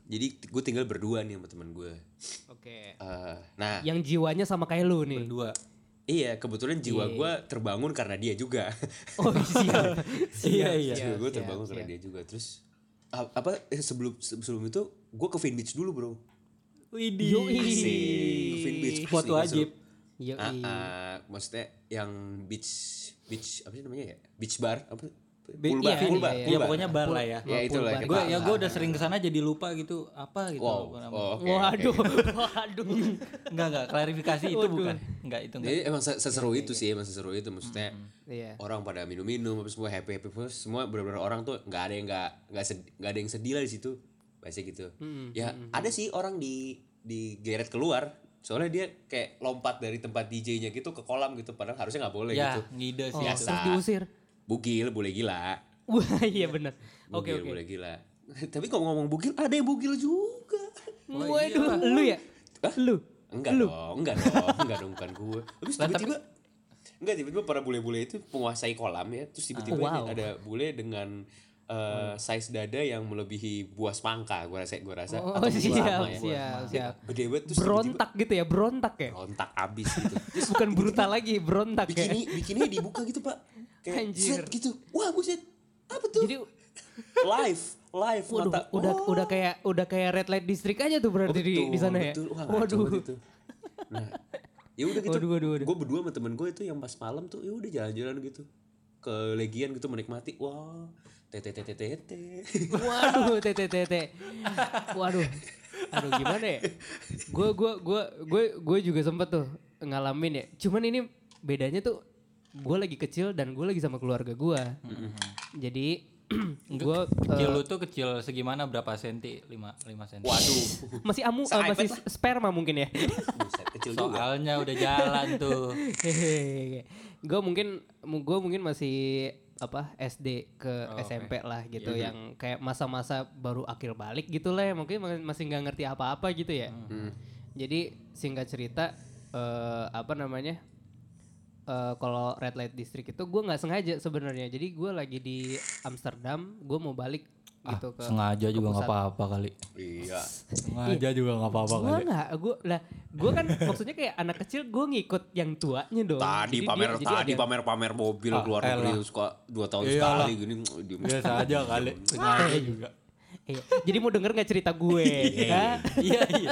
Jadi gue tinggal berdua nih sama teman gue. Oke. Uh, nah, Yang jiwanya sama kayak lu nih. Berdua. iya kebetulan jiwa Iya. gue terbangun karena dia juga. Oh siap. Iya, iya. jiwa gue siap, terbangun siap. karena dia juga. Terus a- apa eh, sebelum sebelum itu gue ke Vin Beach dulu bro. Widih. Yoi. Asik, ke Vin Beach. Foto Asik, wajib. Yoi. Ah, ah, maksudnya yang beach beach apa sih namanya ya? Beach bar apa? Be- Pool bar, iya, pool bar, iya, pool Ya bar. pokoknya bar lah ya. Ya itulah. bar. Gue kita- ya gue udah sering kesana jadi lupa gitu apa gitu. Wow. apa namanya. Oh, oke, Waduh, oke. waduh. Enggak enggak klarifikasi itu Waduh. bukan. Enggak itu enggak. Jadi emang se- seseru itu sih, emang seseru itu maksudnya. Iya. Orang pada minum-minum, apa semua happy happy terus semua benar-benar orang tuh nggak ada yang nggak nggak sedih, nggak ada yang sedih lah di situ, biasa gitu. Ya ada sih orang di di geret keluar, soalnya dia kayak lompat dari tempat D J-nya gitu ke kolam gitu, padahal harusnya nggak boleh Ya, gitu. ngide Oh, sih. Biasa. terus diusir. Bugil boleh gila, Wah, iya benar. Oke, bugil oke. boleh gila. Tapi kalau ngomong bugil, ada yang bugil juga. Waduh, lu ya? Hah? Lu. Enggak dong, enggak dong, enggak dong bukan gue. Terus tiba-tiba enggak tiba-tiba para bule-bule itu menguasai kolam ya. Terus tiba-tiba Ah. Wow. ada bule dengan uh, size dada yang melebihi buah semangka, gue rasa gue rasa Oh, atau siap, buah sama ya. siap, siap. Gede banget terus Berontak gitu ya, berontak ya. tiba-tiba berontak abis gitu. Terus Bukan brutal lagi, berontak ya. bikini bikininya dibuka gitu, Pak. Kayak Anjir. set gitu. Wah, buset. Apa tuh? Jadi live, live waduh, mata. udah oh. udah kayak udah kayak red light district aja tuh berarti Oh, di di sana ya. betul. Wah, Waduh. waduh itu. Nah, ya udah gitu. Waduh, waduh, waduh. Gue berdua sama temen gue itu yang pas malam tuh ya udah jalan-jalan gitu ke Legian gitu menikmati. Wah, tete tete tete. Waduh, tete tete. Waduh. Aduh gimana ya? Gue gua gua gue gue juga sempet tuh ngalamin ya. Cuman ini bedanya tuh gue lagi kecil dan gue lagi sama keluarga gue. Jadi gue Kecil lu tuh kecil segimana berapa senti? lima senti. Waduh. masih amu eh, Se-iPad masih lah. sperma mungkin ya. Buset, kecil juga. Soalnya udah jalan tuh. Gue mungkin gue mungkin masih apa S D ke Oh, S M P lah gitu Iya. yang kayak masa-masa baru akhir balik gitu lah ya, mungkin ma- masih nggak ngerti apa-apa gitu ya. Hmm. Jadi singkat cerita eh, apa namanya eh, kalau red light district itu gue nggak sengaja sebenarnya. Jadi gue lagi di Amsterdam, gue mau balik Ah, gitu ke sengaja juga nggak pusat. apa-apa kali. Iya. Sengaja juga nggak apa-apa Gue kali. nggak, gue lah, gue kan maksudnya kayak anak kecil gue ngikut yang tuanya dong. Tadi Jadi pamer dia- jadi tadi ada- pamer-pamer mobil Ah, keluar elah. negeri suka dua tahun Iyalah. sekali gini. diem. Biasa aja kali. Sengaja juga. Iya. Jadi mau denger nggak cerita gue? ya? Iya iya.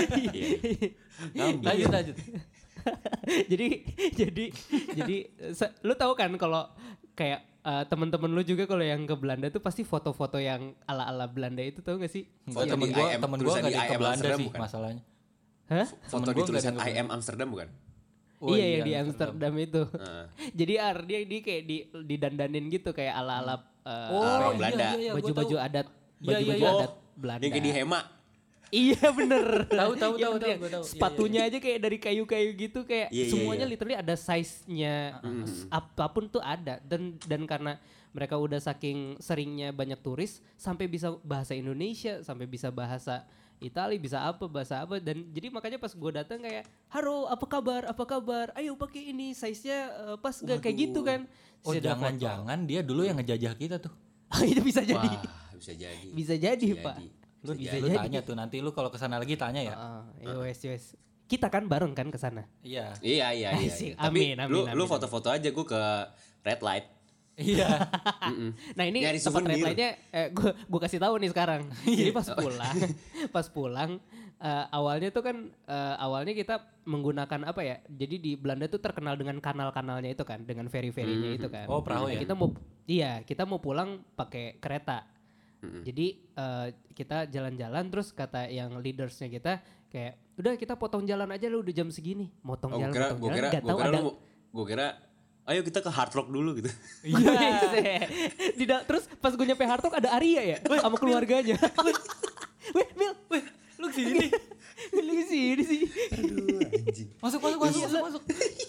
Lanjut lanjut. jadi jadi jadi se- lu tahu kan kalau kayak eh, teman-teman lu juga kalau yang ke Belanda tuh pasti foto-foto yang ala-ala Belanda itu tahu gak sih? Enggak, Foto temen di gua I M, temen gua tulisan enggak di ada I ke M Belanda Amsterdam sih bukan? masalahnya. Hah? Foto Temen di gua nggak tulisan ada I yang M Amsterdam bukan? Oh, iya yang di Amsterdam itu. Heeh. Jadi ar dia dia kayak di didandanin gitu kayak ala-ala eh, Oh, Orang iya, Belanda. iya, iya, gua baju-baju tahu. adat, Iya, baju-baju iya, iya. adat Belanda. Yang kayak di Hema. Iya bener. Tahu, tahu, Iya, tahu, bener. tahu, gua tahu. Iya, Sepatunya aja kayak dari kayu-kayu gitu kayak Iya, iya, semuanya iya. literally ada size-nya s- apapun tuh ada dan dan karena mereka udah saking seringnya banyak turis sampai bisa bahasa Indonesia, sampai bisa bahasa Itali, bisa apa bahasa apa dan jadi makanya pas gue datang kayak halo apa kabar apa kabar ayo pakai ini size-nya eh, pas gak kayak gitu kan. Oh Terus ada foto. jangan-jangan dia dulu yang ngejajah kita tuh. itu bisa jadi Wah, bisa jadi. bisa jadi Bisa Pak. jadi. Lu, Bisa lu jadi. tanya tuh nanti lu kalau kesana lagi tanya ya. Ah, yowes, yowes. Kita kan bareng kan ke sana. Iya. Iya iya iya. Asik. iya. Tapi Amin, amin, lu amin, lu amin. foto-foto aja gue ke red light. Iya. Mm-mm. Nah ini Nyari tempat red souvenir. light-nya eh, gue gue kasih tahu nih sekarang. Jadi pas pulang, pas pulang eh, awalnya tuh kan eh, awalnya kita menggunakan apa ya? Jadi di Belanda tuh terkenal dengan kanal-kanalnya itu kan, dengan ferry-ferrynya itu kan. Oh, perahu Nah, ya? Kita mau iya kita mau pulang pakai kereta. Jadi eh, kita jalan-jalan terus kata yang leadersnya kita kayak udah kita potong jalan aja lu udah jam segini. Motong Oh, gue jalan, kira potong gue jalan. kira Nggak gue tahu kira ada. lu gue kira ayo kita ke Hard Rock dulu gitu. Iya. Di da- terus pas gue nyampe Hard Rock ada Arya ya sama keluarganya. Weh, Mil, weh, Lu kesini. lu kesini sih. Aduh anjing. Masuk masuk masuk masuk masuk.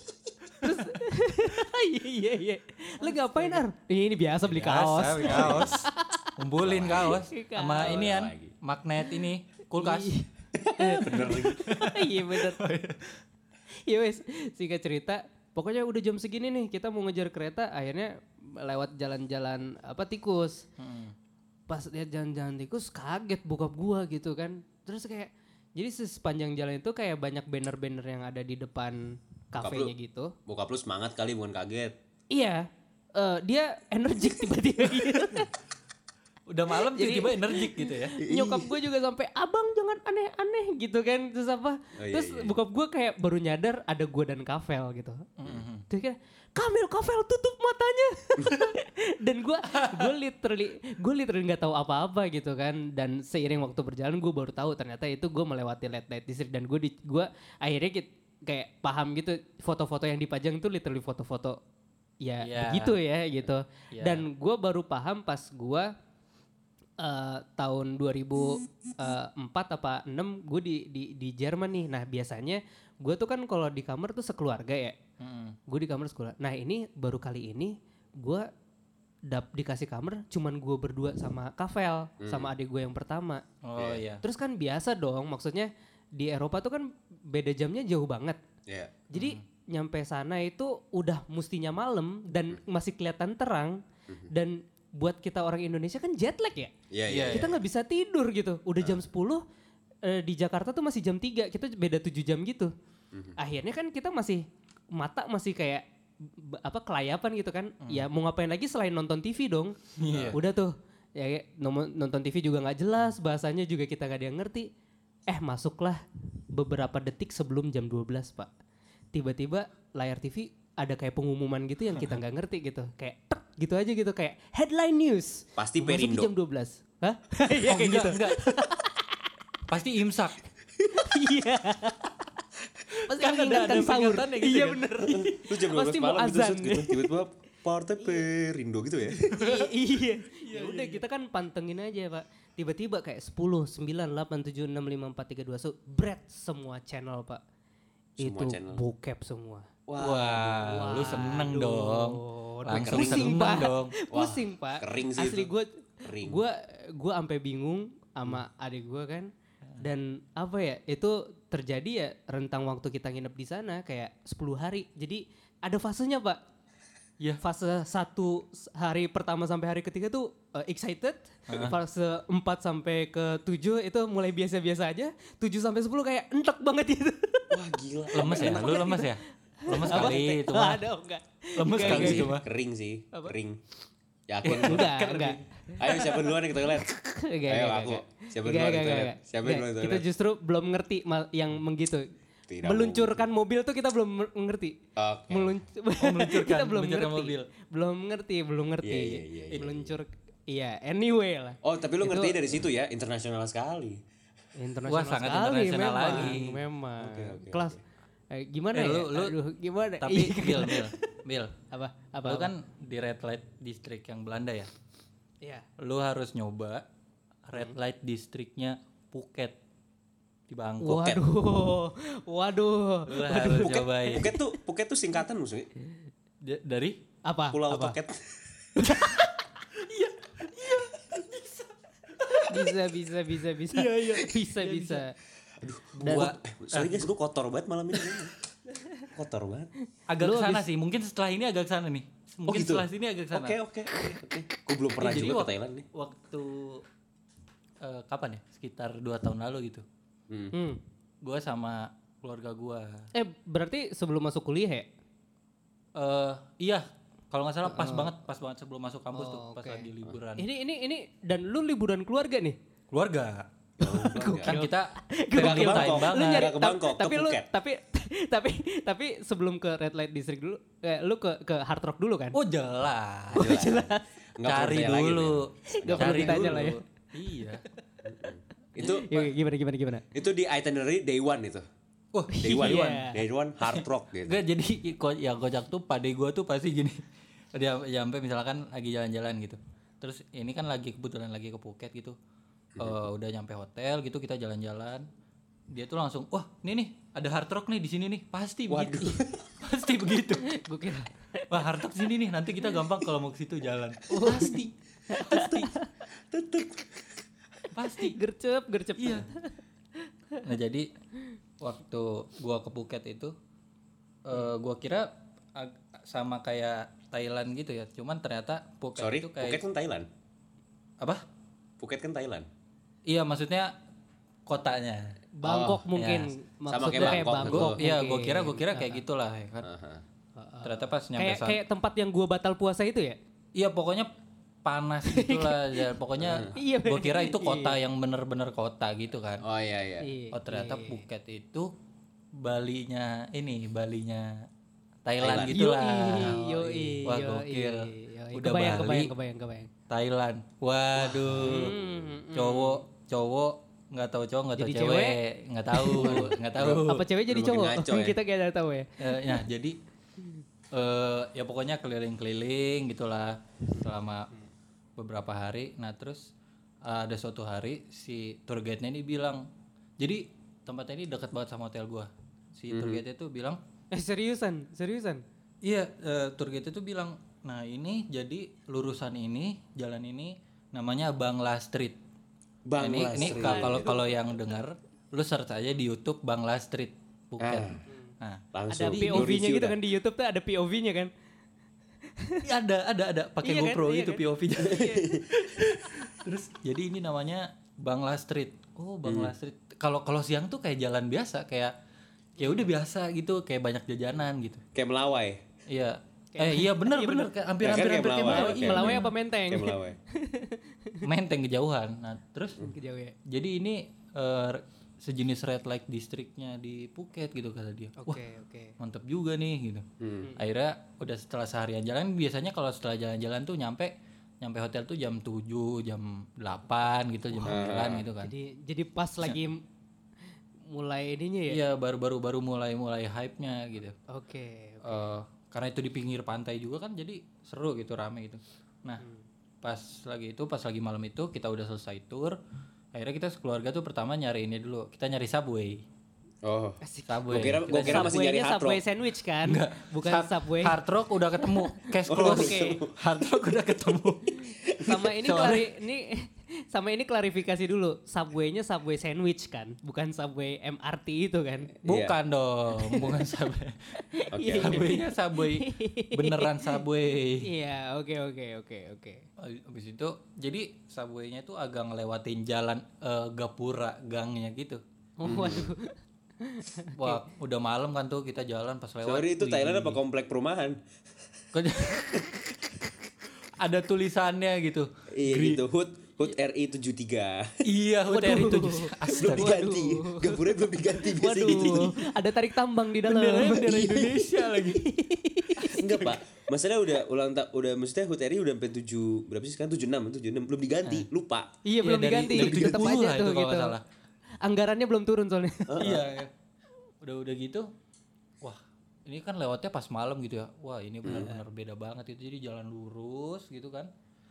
Iya iya iya. Lu ngapain Ar? Ini biasa beli kaos. Biasa, beli kaos. Kumpulin kaos Kaos. sama ini kan Lagi. magnet ini kulkas. Bener lagi. Iya bener. Iya wes, singkat cerita. Pokoknya udah jam segini nih kita mau ngejar kereta. Akhirnya lewat jalan-jalan apa tikus. Hmm. pas lihat jalan-jalan tikus kaget bokap gua gitu kan. Terus kayak jadi sepanjang jalan itu kayak banyak banner-banner yang ada di depan kafenya gitu. Bokap lu semangat kali bukan kaget. Iya, uh, dia energik tiba-tiba gitu. Udah malam tiba-tiba energik gitu ya. Nyokap gue juga sampai abang jangan aneh-aneh gitu kan. Terus apa? Oh, iya, Terus iya. bokap gue kayak baru nyadar ada gue dan Kavel gitu. Mm-hmm. Terus kayak Kamil Kavel tutup matanya. Dan gue gue literally gue literally nggak tahu apa-apa gitu kan. Dan seiring waktu berjalan gue baru tahu ternyata itu gue melewati Red Light District dan gue di gue akhirnya gitu, kayak paham gitu foto-foto yang dipajang itu literally foto-foto ya Yeah. begitu ya gitu. Yeah. Dan gue baru paham pas gue Uh, tahun dua ribu empat apa enam gue di di di Jerman nih. Nah, biasanya gue tuh kan kalau di kamar tuh sekeluarga ya. Mm. Gue di kamar sekeluarga. Nah, ini baru kali ini gue dap dikasih kamar cuman gue berdua sama Kavel Hmm. sama adik gue yang pertama. Oh iya. Terus kan biasa dong, maksudnya di Eropa tuh kan beda jamnya jauh banget. Iya. Jadi nyampe sana itu udah mustinya malam dan masih kelihatan terang dan buat kita orang Indonesia kan jet lag ya. Iya, iya. Iya, Kita nggak bisa tidur gitu. Udah jam sepuluh eh, di Jakarta tuh masih jam tiga. Kita beda tujuh jam gitu. Akhirnya kan kita masih mata masih kayak b- apa kelayapan gitu kan. Ya mau ngapain lagi selain nonton T V dong. Iya. Udah tuh. Ya kayak nomo- nonton T V juga nggak jelas, bahasanya juga kita nggak ada yang ngerti. Eh masuklah beberapa detik sebelum jam dua belas, Pak. Tiba-tiba layar T V ada kayak pengumuman gitu yang kita nggak ngerti gitu. Kayak tek gitu aja gitu kayak headline news. Pasti Memasuki Perindo. jam dua belas. Hah? Iya Oh, kayak enggak, gitu. enggak. Pasti imsak. Iya. Pasti Kan ada- mengingatkan ada sahur. peringatannya gitu Iya kan? bener. Lu jam dua belas Pasti mau malam gitu, azan. Sud, gitu. Tiba-tiba Partai Perindo gitu ya. I- iya. Ya udah kita kan pantengin aja Pak. Tiba-tiba kayak sepuluh, sembilan, delapan, tujuh, enam, lima, empat, tiga, dua, so bread semua channel Pak. Semua Itu channel. bokep semua. Wah, lu seneng Waduh. dong. Waduh, Langsung pusing seneng Pak. dong. Pusing Pak. kering sih Asli itu. gue Kering. gue gue sampai bingung sama adik gue kan. Dan apa ya itu terjadi ya rentang waktu kita nginep di sana kayak sepuluh hari. Jadi ada fasenya Pak. Iya. Fase satu hari pertama sampai hari ketiga tuh uh, excited. Fase empat sampai ke tujuh itu mulai biasa-biasa aja. tujuh sampai sepuluh kayak entek banget itu. Wah gila. Lemes ya? Lu lemes ya? Lemes kali itu mah. Ada enggak? Lemes Enggak, kali enggak, itu Sih, mah. kering sih. Apa? Kering. Yakin. Enggak, enggak. Ayo siapa duluan yang ke toilet? Enggak, Ayo enggak, aku. enggak. Siapa Enggak, duluan enggak, yang ke toilet? enggak. Siapa Enggak, duluan yang ke kita toilet? justru belum ngerti ma- yang menggitu. Tidak Meluncurkan mobil tuh kita belum mer- mengerti. Oke. Melunc- meluncurkan, kita belum meluncurkan ngerti. mobil. Belum ngerti, belum ngerti. Iya, iya, iya, iya, Meluncur iya, anyway lah. Oh tapi lu Itu- ngerti dari situ ya, internasional sekali. Internasional Wah, sangat sekali internasional memang, lagi. Memang. Oke, oke, Kelas eh, gimana Eh, ya? lu- lu- Aduh, gimana? Tapi Iya. Bill, Bill, Bill. apa? Apa? Lu kan di Red Light District yang Belanda ya. Iya. Lu harus nyoba Red Light Districtnya Phuket di Bangkok. Waduh. Waduh. Lu harus Phuket, cobain. Phuket tuh Phuket tuh singkatan maksudnya. D- dari Apa? Pulau apa? Toket. Bisa, bisa, bisa, bisa. Iya, iya. Bisa, bisa. Dan gua Eh, sorry guys, gue kotor banget malam ini. Kotor banget. agak Lu ke sana habis- sih. Mungkin setelah ini agak ke sana nih. Oh Mungkin gitu. setelah sini agak ke sana. Oke oke oke oke. Gue belum pernah Jadi juga ke wak- Thailand nih. Waktu eh, kapan ya? Sekitar dua tahun lalu gitu. Hmm. hmm. Gua sama keluarga gua. Eh, berarti sebelum masuk kuliah ya? Eh iya, kalau nggak salah pas banget, pas banget sebelum masuk kampus tuh, Oh, pas oke. lagi liburan. Ini ini ini dan lu liburan keluarga nih? Keluarga. Keluarga. Kan kita Nggak ke real time Bangkok. banget. Lu nyari Nggak ke ta- Bangkok, ke tapi lu Phuket. tapi tapi tapi sebelum ke Red Light District dulu, eh, lu ke ke Hard Rock dulu kan? Oh jelas. Jelas. Nggak perlu Cari ditanya lagi, dulu. Bil. Nggak perlu Cari ditanya dulu. lah ya. Iya. Itu Ya, gimana gimana gimana? itu di itinerary day one itu. Wah, Day one, Iya. day one hard rock gitu. Enggak, jadi ko- yang kocak tuh pade gua tuh pasti gini. Dia sampai misalkan lagi jalan-jalan gitu. Terus ini kan lagi kebetulan lagi ke Phuket gitu. Eh, udah nyampe hotel gitu kita jalan-jalan. Dia tuh langsung, "Wah, ini nih ada hard rock nih di sini nih." Pasti begitu. Pasti begitu. Gue kira Wah, hard rock sini nih, nanti kita gampang kalau mau ke situ jalan. Pasti. Pasti. Tetep. Pasti. gercep gercep. Iya. Nah, jadi waktu gua ke Phuket itu eh gua kira ag- sama kayak Thailand gitu ya. Cuman ternyata Phuket Sorry, itu kayak Phuket kan Thailand. apa? Phuket kan Thailand. Iya maksudnya kotanya. Bangkok Oh, mungkin ya. maksudnya Sama kayak kayak Bangkok Bangkok. Gue, iya gue mungkin. kira gue kira kayak gitulah ya kan. Aha. Ternyata pas nyampe Kayak sana. kayak tempat yang gua batal puasa itu ya? Iya pokoknya panas gitulah. Ya, pokoknya Iya, gue kira itu kota iya. yang bener-bener kota gitu kan. Oh iya iya. Iya, Oh ternyata iya, iya. Phuket itu Balinya ini Balinya Thailand, Thailand. gitulah. Yoi, yoi, Wah yoi, gokil. yoi. Udah kebayang, Bali, kebayang, kebayang, kebayang. Thailand. Waduh. Hmm, Cowok, cowok nggak tahu cowok nggak tahu Jadi cewek, cewek? nggak tahu, nggak tahu. Apa cewek jadi Udah makin cowok? ngaco ya. Kita kayak udah tahu ya. Eh, ya jadi eh ya pokoknya keliling-keliling gitulah selama beberapa hari. Nah terus eh, ada suatu hari si tour guide-nya ini bilang, jadi tempatnya ini dekat banget sama hotel gua. Si tour guide-nya tuh bilang, Eh seriusan, seriusan. iya eh, tour guide itu bilang, nah ini jadi lurusan ini jalan ini namanya Bangla Street. Bangla ini ini Street. ka- kalau kalau yang dengar, lu search aja di YouTube Bangla Street Phuket. Nah, Langsung. Ada di P O V-nya review gitu dah. kan di YouTube tuh ada P O V-nya kan. ada ada ada pakai Iya kan, GoPro iya itu kan? P O V-nya. Terus jadi ini namanya Bangla Street. Oh, Bangla Hmm. Street. Kalau kalau siang tuh kayak jalan biasa, kayak ya udah biasa gitu, kayak banyak jajanan gitu. Kayak Melawai. Iya. Eh iya benar Iya, benar kayak hampir Ya kan hampir kayak hampir kayak Melawai, Melawai. kayak Iya, Melawai bener. apa Menteng? Kayak Melawai. Menteng kejauhan. Nah, terus Kejauh ya. jadi ini eh, sejenis red light districtnya di Phuket gitu kata dia. Wah, Oke, oke. mantep juga nih gitu. Hmm. Akhirnya udah setelah seharian jalan, biasanya kalau setelah jalan-jalan tuh nyampe nyampe hotel tuh jam tujuh, jam delapan gitu, jam sembilan gitu kan. Jadi jadi pas lagi mulai ininya ya. Iya, baru-baru baru mulai-mulai hype-nya gitu. Oke. Eh, karena itu di pinggir pantai juga kan jadi seru gitu, rame gitu. Nah, pas lagi itu pas lagi malam itu kita udah selesai tour. Akhirnya kita sekeluarga tuh pertama nyari ini dulu. Kita nyari Subway. Oh. Subway. Gua kira Kita gua kira masih nyari Subway-nya Hard Subway Rock. sandwich kan? Bukan Hard- Subway. Hard Rock udah ketemu, cash Oh, close. oke. Hard Rock udah ketemu. Sama ini Soalnya- klari, ini sama ini klarifikasi dulu. Subway-nya Subway sandwich kan, bukan Subway M R T itu kan. Bukan dong, bukan Subway. Oke. Subway-nya Subway beneran Subway. Iya, oke oke oke oke. Habis itu jadi Subway-nya tuh agak ngelewatin jalan eh, gapura gangnya gitu. Oh, waduh. Wah, udah malam kan tuh kita jalan pas lewat. Sorry itu wih, Thailand apa komplek perumahan? kok- ada tulisannya gitu. Iya Gri- gitu. Hood Hood R I tujuh tiga. Iya, hotel itu. Belum Astaga. diganti. Gapurnya belum diganti biasa gitu. Waduh, ada tarik tambang di dalam. Benderanya bendera Iya. Indonesia lagi. Enggak, Pak. Masalahnya udah ulang ta- udah maksudnya Hood R I udah sampai tujuh berapa sih sekarang? tujuh puluh enam, tujuh puluh enam belum diganti. Lupa. Iya, belum Iya, dari- diganti. dari Tetap tujuh puluh aja lah tuh itu kalau gitu. nggak salah. Anggarannya belum turun soalnya. Iya, ya. udah udah gitu. Wah, ini kan lewatnya pas malam gitu ya. Wah, ini benar-benar beda banget itu. Jadi jalan lurus gitu kan.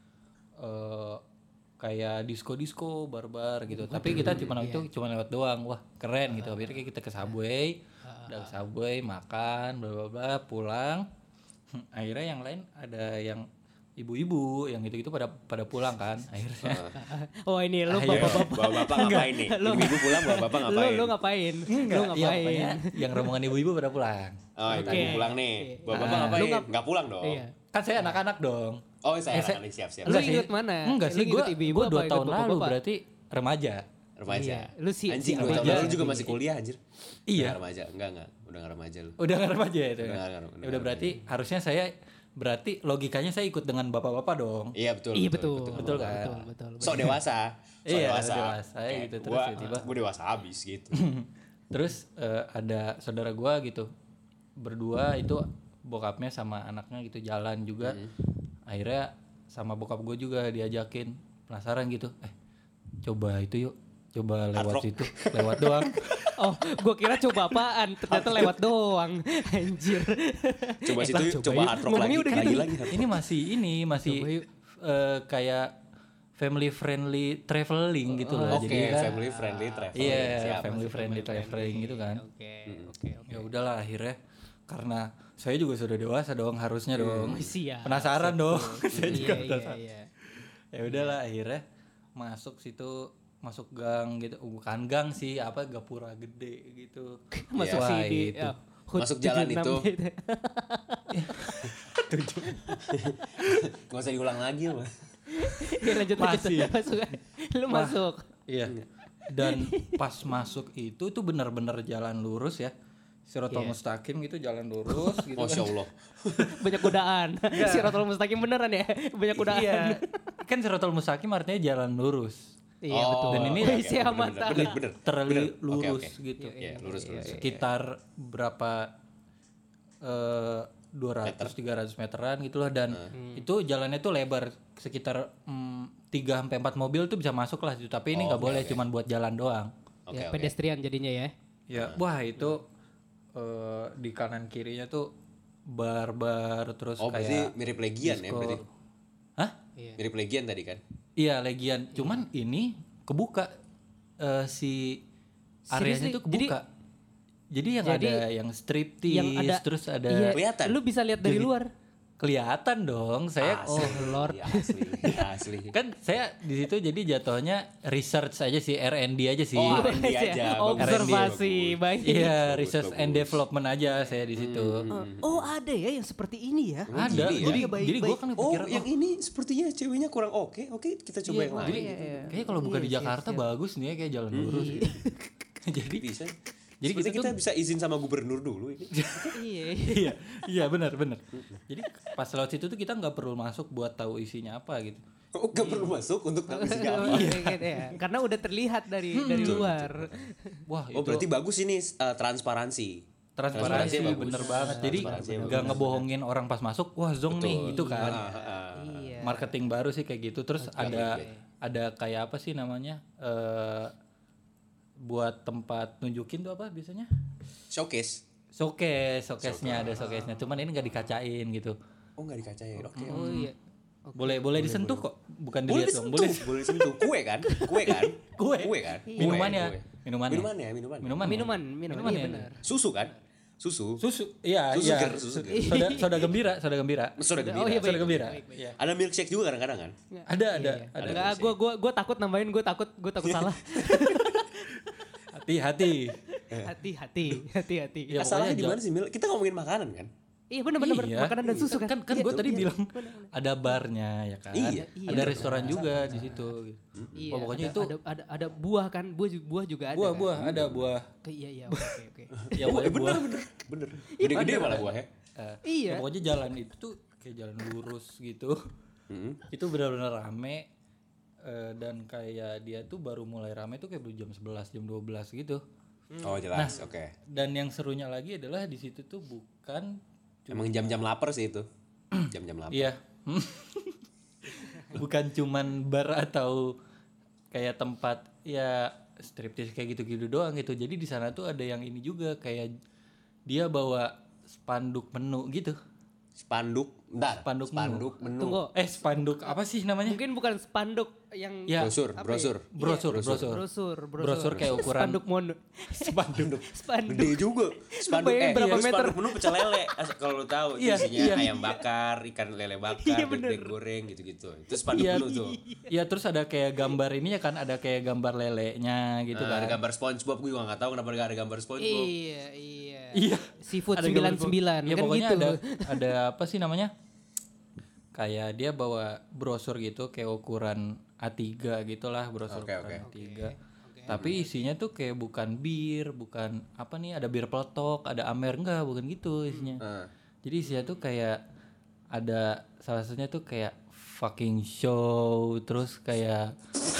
Eh kayak disco-disco barbar gitu. Tapi kita cuma itu cuma lewat doang. Wah, keren gitu. Akhirnya kita ke Subway, udah ke Subway makan bla bla bla pulang. Akhirnya yang lain ada yang ibu-ibu yang gitu-gitu pada pada pulang kan akhirnya. Oh, ini lu Ayo. bapak-bapak. Bapak ngapain nih? Ibu pulang bapak Lu ngapain? lu ngapain? Lu Iya, ngapain? pokoknya yang rombongan ibu-ibu pada pulang. Oh, Oke. tadi pulang nih. Bapak Ah. ngapain? Lu ngap- Enggak pulang dong. Iya. Kan saya anak-anak dong. Oh, saya Eh, saya- anak siap-siap. Lu ikut mana? Enggak Lu sih, ikut gue ibu-ibu gue apa dua ikut tahun lalu bapak-bapak? berarti remaja. Remaja. Iya, lu si- anjing si dua tahun remaja. lalu juga masih kuliah anjir. Iya. Nggak remaja. Enggak enggak. Udah enggak remaja lu. Udah nggak remaja ya itu. Udah ya? nggak- udah Ya nggak udah berarti harusnya saya berarti logikanya saya ikut dengan bapak-bapak dong. Iya betul. Iya betul. Betul kan? Betul, betul. betul. Sok dewasa. Sok Iya, dewasa. dewasa, Kayak gitu. Terus gua, tiba-tiba- gua dewasa habis gitu. Terus eh, ada saudara gua gitu berdua itu bokapnya sama anaknya gitu jalan juga. Akhirnya sama bokap gue juga diajakin penasaran gitu. Eh coba itu yuk. Coba lewat rock. situ, lewat doang. Oh, gua kira coba apaan? Ternyata lewat doang. Anjir. Coba situ yuk, coba coba yuk. hard rock Ngomongnya lagi, udah lagi gitu. lagi. hard rock. Ini masih ini masih Coba yuk. eh, kayak family friendly traveling gitu loh. Oke, Jadi kan family friendly travel. iya, Siap, family masuk friendly traveling gitu kan. Oke, oke, oke. Ya udahlah akhirnya karena saya juga sudah dewasa dong harusnya dong. Siap. Penasaran dong. saya juga Iya, iya, penasaran. iya. Ya udahlah akhirnya masuk situ masuk gang gitu. Bukan gang sih, apa gapura gede gitu. Masuk Wah, sih di itu. ya, Hood Masuk jalan tujuh puluh enam itu. gitu. Gak usah diulang lagi loh. Ya, lanjut lanjut. Masih. Masuk. Lu masuk. Iya. Dan pas masuk itu tuh benar-benar jalan lurus ya. Sirotol Iya. mustaqim gitu, jalan lurus gitu. Masya kan. Allah. Banyak kudaan. Sirotol mustaqim beneran ya? Banyak kudaan. Iya. Kan sirotol mustaqim artinya jalan lurus. Iya Oh, betul. Dan ini oke, Wih, oke, siapa bener, tahu. bener, bener. Terlalu Bener. Oke, lurus oke. gitu. Iya, lurus lurus. Sekitar berapa eh dua ratus tiga ratus meteran gitu loh, dan itu jalannya tuh lebar sekitar mm, tiga sampai empat mobil tuh bisa masuk lah situ. Tapi ini nggak boleh, cuman buat jalan doang. Oke, Ya, oke. pedestrian jadinya ya. Ya, wah itu eh, di kanan kirinya tuh bar-bar terus Oh, berarti kayak mirip Legian ya disco. berarti. Hah? Mirip Legian tadi kan? Iya, Legian. Cuman ini kebuka eh, si areanya Seriously? tuh kebuka. Jadi, yang Jadi, ada yang striptease, yang ada- terus ada Iya, Kelihatan? lu bisa lihat dari luar. kelihatan dong. Saya Asli, Oh, Lord. asli, asli. kan saya di situ jadi jatuhnya research aja sih, R and D aja sih. Oh, R and D aja. Bagus, Observasi, bagus. baik. Iya, Bagus, research bagus. and development aja saya di situ. Oh, ada ya yang seperti ini ya? Ada. gini ya? Jadi Iya, baik, jadi gue baik. kan Oh, kepikiran, yang ini sepertinya ceweknya kurang oke. Oke, kita coba yang lain. kayaknya kalau buka di Jakarta bagus nih ya, kayak jalan lurus gitu. Jadi Bisa. Jadi Seperti kita kita bisa izin sama gubernur dulu ini. Iya. iya, iya benar benar. Jadi pas lewat situ tuh kita nggak perlu masuk buat tahu isinya apa gitu. Oh, gak perlu masuk untuk tahu isinya apa. Iya, gitu ya. Karena udah terlihat dari dari luar. Wah, Oh, itu berarti bagus ini uh, transparansi. transparansi bagus. bener banget. Jadi Transparansinya nggak ngebohongin orang pas masuk, wah zong nih gitu kan. Ah, ah. Iya. Marketing baru sih kayak gitu. Terus ada ada kayak apa sih namanya? eh buat tempat nunjukin tuh apa biasanya? Showcase. Showcase, showcase-nya ada showcase-nya. Cuman ini nggak dikacain gitu. Oh, nggak dikacain. Oke. Oh iya. Boleh boleh disentuh kok, bukan Boleh dilihat dong. disentuh, Boleh boleh disentuh. Kue kan? Kue kan? Kue. Kue kan? Minumannya, Kue. minumannya. Minumannya, minuman. Minuman. Minuman, minuman, iya ya? benar. Susu kan? Susu. Susu. Iya, Susu iya. ger, susu ger. Soda soda gembira, soda gembira. Soda gembira. Oh, iya, Soda baik, gembira. baik, baik. Iya. Ada milkshake juga kadang-kadang kan? Ada, ada, ada. Enggak, gua gua gua takut nambahin, gua takut gua takut salah. Hati-hati. Hati-hati, hati-hati. Ya, Asalnya pokoknya di mana sih, Mil? Kita ngomongin makanan kan? Iya benar benar Iya. makanan dan susu kan. Kan kan Iya, gue tadi iya. bilang ada barnya ya kan. Iya, iya, ada benar. restoran juga di situ. Iya, Oh, pokoknya ada, itu ada, ada ada buah kan, buah ju- buah juga ada. kan? buah-buah, ada buah. Ke- Iya iya oke oke. oke. Ya pokoknya buah. Bener. Gede-gede malah buahnya. Eh, Iya. ya pokoknya jalan itu tuh kayak jalan lurus gitu. Itu benar-benar rame, eh, dan kayak dia tuh baru mulai rame tuh kayak baru jam sebelas, jam dua belas gitu. Oh, jelas. Oke. Dan yang serunya lagi adalah di situ tuh bukan Emang jam-jam lapar sih itu. Jam-jam lapar. iya. Bukan cuman bar atau kayak tempat ya striptease kayak gitu-gitu doang gitu. Jadi di sana tuh ada yang ini juga, kayak dia bawa spanduk menu gitu. Spanduk, bentar. Spanduk menu. Spanduk menu. Tunggu. Eh spanduk apa sih namanya? Mungkin bukan spanduk yang Ya, Brosur, apa brosur. ya? brosur, Iya, brosur. brosur, brosur. Brosur kayak ukuran spanduk mono. spanduk. Spanduk. Gede juga. Spanduk bayangin eh, berapa iya, meter? spanduk menu pecel lele. As- Kalau lu tahu itu Iya, isinya iya. ayam bakar, ikan lele bakar, Iya, bebek goreng gitu-gitu. Itu spanduk Iya, menu tuh. iya terus ada kayak gambar ininya kan, ada kayak gambar lelenya gitu Nah, ada kan. gambar SpongeBob, gue juga nggak tahu kenapa nggak ada gambar SpongeBob. Iya, iya. Iya. Seafood Ada sembilan gambar- sembilan Ya kan pokoknya gitu. ada ada apa sih namanya? Kayak dia bawa brosur gitu kayak ukuran A tiga gitulah, brosur Oke, ukuran oke. A tiga. Tapi isinya tuh kayak bukan bir, bukan apa nih, ada bir peletok, ada Amer, enggak, bukan gitu isinya. Heeh. Jadi isinya tuh kayak ada salah satunya tuh kayak fucking show, terus kayak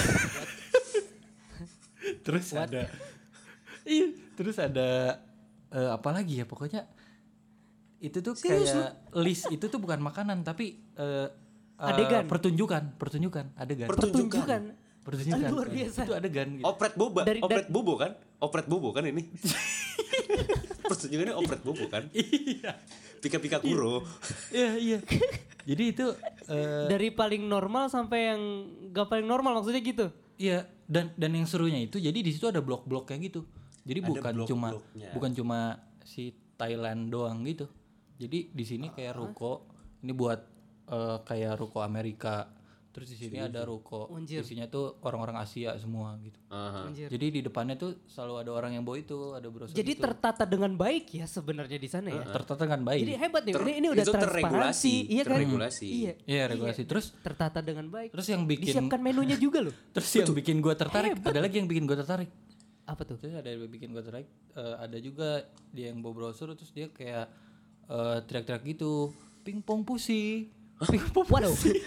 terus ada iya, terus ada eh, apa lagi ya, pokoknya itu tuh kayak list itu tuh bukan makanan tapi eh, eh, Adegan. pertunjukan, pertunjukan, adegan. Pertunjukan. Pertunjukan. Luar biasa. Itu adegan gitu. Opret boba, Dari- opret bobo kan? Opret bobo kan ini? Pertunjukannya opret bobo kan? Iya. Pika-pika kuro. Iya, iya. Jadi itu eh, Dari paling normal sampai yang gak paling normal maksudnya gitu. iya, dan dan yang serunya itu jadi di situ ada blok-blok kayak gitu. Jadi Ada bukan cuma blok-bloknya. bukan cuma si Thailand doang gitu. Jadi di sini kayak ruko, ini buat eh, kayak ruko Amerika. Terus di sini ada ruko. Anjir. Isinya tuh orang-orang Asia semua gitu. Aha. Anjir. Jadi di depannya tuh selalu ada orang yang bawa itu, ada brosur Jadi gitu. tertata dengan baik ya sebenarnya di sana ya. tertata dengan baik. Jadi hebat nih. Ter- ini, ini udah itu transparansi, terregulasi, iya kan? terregulasi. Iya. Iya, regulasi. Terus Tertata dengan baik. terus yang bikin Disiapkan menunya juga loh. terus yang bikin gua tertarik, ada lagi yang bikin gua tertarik. Apa tuh? Terus ada yang bikin gua tertarik, eh, ada juga dia yang bawa brosur terus dia kayak eh, teriak-teriak gitu, pingpong pusi. Pingpong Waduh. pusi.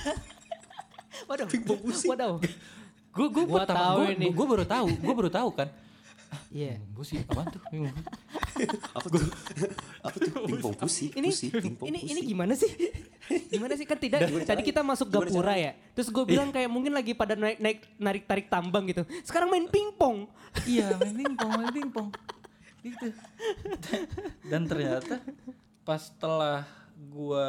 Waduh. Pingpong pusi. Waduh. Gue gue Gua tahu ini. gue baru tahu, gue baru tahu kan. Iya. Pingpong pusi, apaan tuh? Pingpong. Apa tuh? Apa tuh? Pingpong pusi, Ini pusi, pingpong ini pusi. ini gimana sih? Gimana sih kan tidak tadi kita masuk gapura ya. Terus gue bilang kayak mungkin lagi pada naik naik narik tarik tambang gitu. Sekarang main pingpong. Iya, main pingpong, main pingpong. Gitu. Dan ternyata pas setelah gua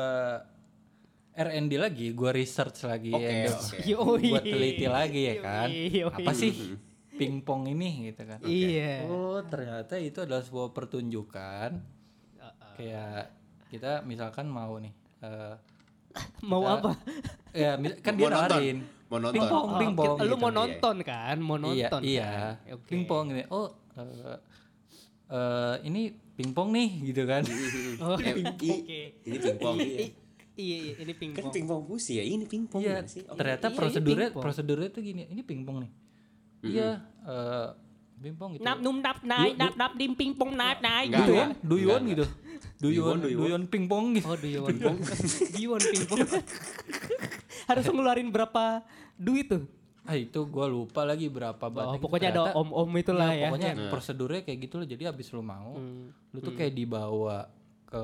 R and D lagi, gua research lagi Oke, ya, oke. Yoi. gua teliti lagi ya kan. Yoi. Apa sih pingpong ini gitu kan. Iya. Oh, ternyata itu adalah sebuah pertunjukan. Kayak kita misalkan mau nih eh, Mau kita- apa? ya mis- kan Mau dia nonton. nawarin Mau nonton. pingpong, Oh, pingpong. kita- lu gitu. mau nonton kan? Mau Iya, nonton. iya. kan? Oke. Pingpong gitu. Oh, eh, eh, ini pingpong nih gitu kan. Oh, Eh, i- oke. Ini pingpong. Iya, Iya. iya, iya, ini Kan pingpong. pingpong pusi ya, ini pingpong Iya, gimana sih? Oh, ternyata Iya, ini prosedurnya pingpong. prosedurnya tuh gini. Ini pingpong nih. Iya, eh, pingpong gitu. Nap num nap naik Yuk, nap nap dim pingpong naik naik Enggak, gitu ya. enggak. Duyuan Enggak, gitu. Duyuan, Duyuan, duyuan pingpong gitu. Oh, do you want pingpong? Do you want pingpong? Harus ngeluarin berapa duit tuh? Ah itu gue lupa lagi berapa Oh, banyak. pokoknya ada Ternyata- om-om itulah Iya, ya. Pokoknya prosedurnya kayak gitu loh. Jadi abis lu mau, Hmm. lu tuh kayak dibawa ke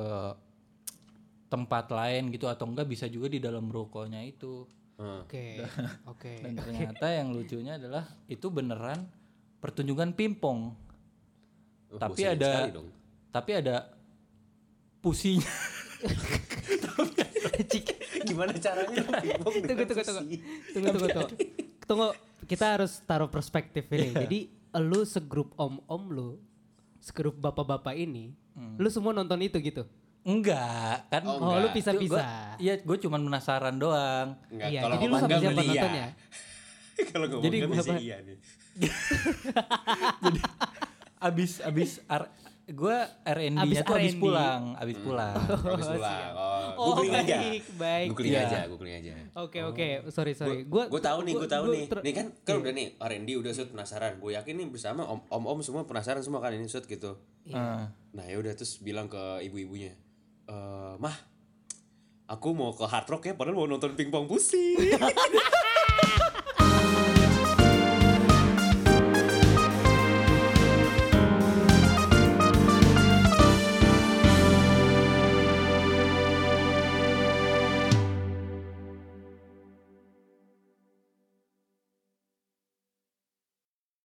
tempat lain gitu atau enggak bisa juga di dalam rukonya itu. Heeh. Oke. Oke. Dan ternyata yang lucunya adalah itu beneran pertunjukan pingpong. Oh, Tapi bosenin ada sekali dong. tapi ada pusinya. Gimana caranya pingpong dengan Tunggu tunggu tunggu. pusi? Tunggu tunggu tunggu. Tunggu, kita harus taruh perspektif ini. Jadi lu segrup om-om lu, segrup bapak-bapak ini, lu semua nonton itu gitu. Enggak, kan Oh, Oh, lu enggak. bisa-bisa. Iya, gue cuman penasaran doang. Enggak, Iya, kalau jadi lu ngomong sama enggak siapa berarti iya. nontonnya? Kalau ngomong Jadi enggak gua berarti apa? iya nih. Abis abis R, gue R and Abis D-nya tuh abis R and D. pulang, abis pulang. Habis pulang. Oh, Oh, googling aja. baik, baik. Googling Iya. aja, googling aja. Oke oke, sorry sorry. Gua Gue tahu nih, gue tahu gua nih. ter- Nih kan kan udah nih R and D udah Sud penasaran. Gue yakin nih bersama om om om semua penasaran semua kan ini Sud gitu. Ah. Nah ya udah terus bilang ke ibu-ibunya, eh mah, aku mau ke Hard Rock ya, padahal mau nonton pingpong pusi.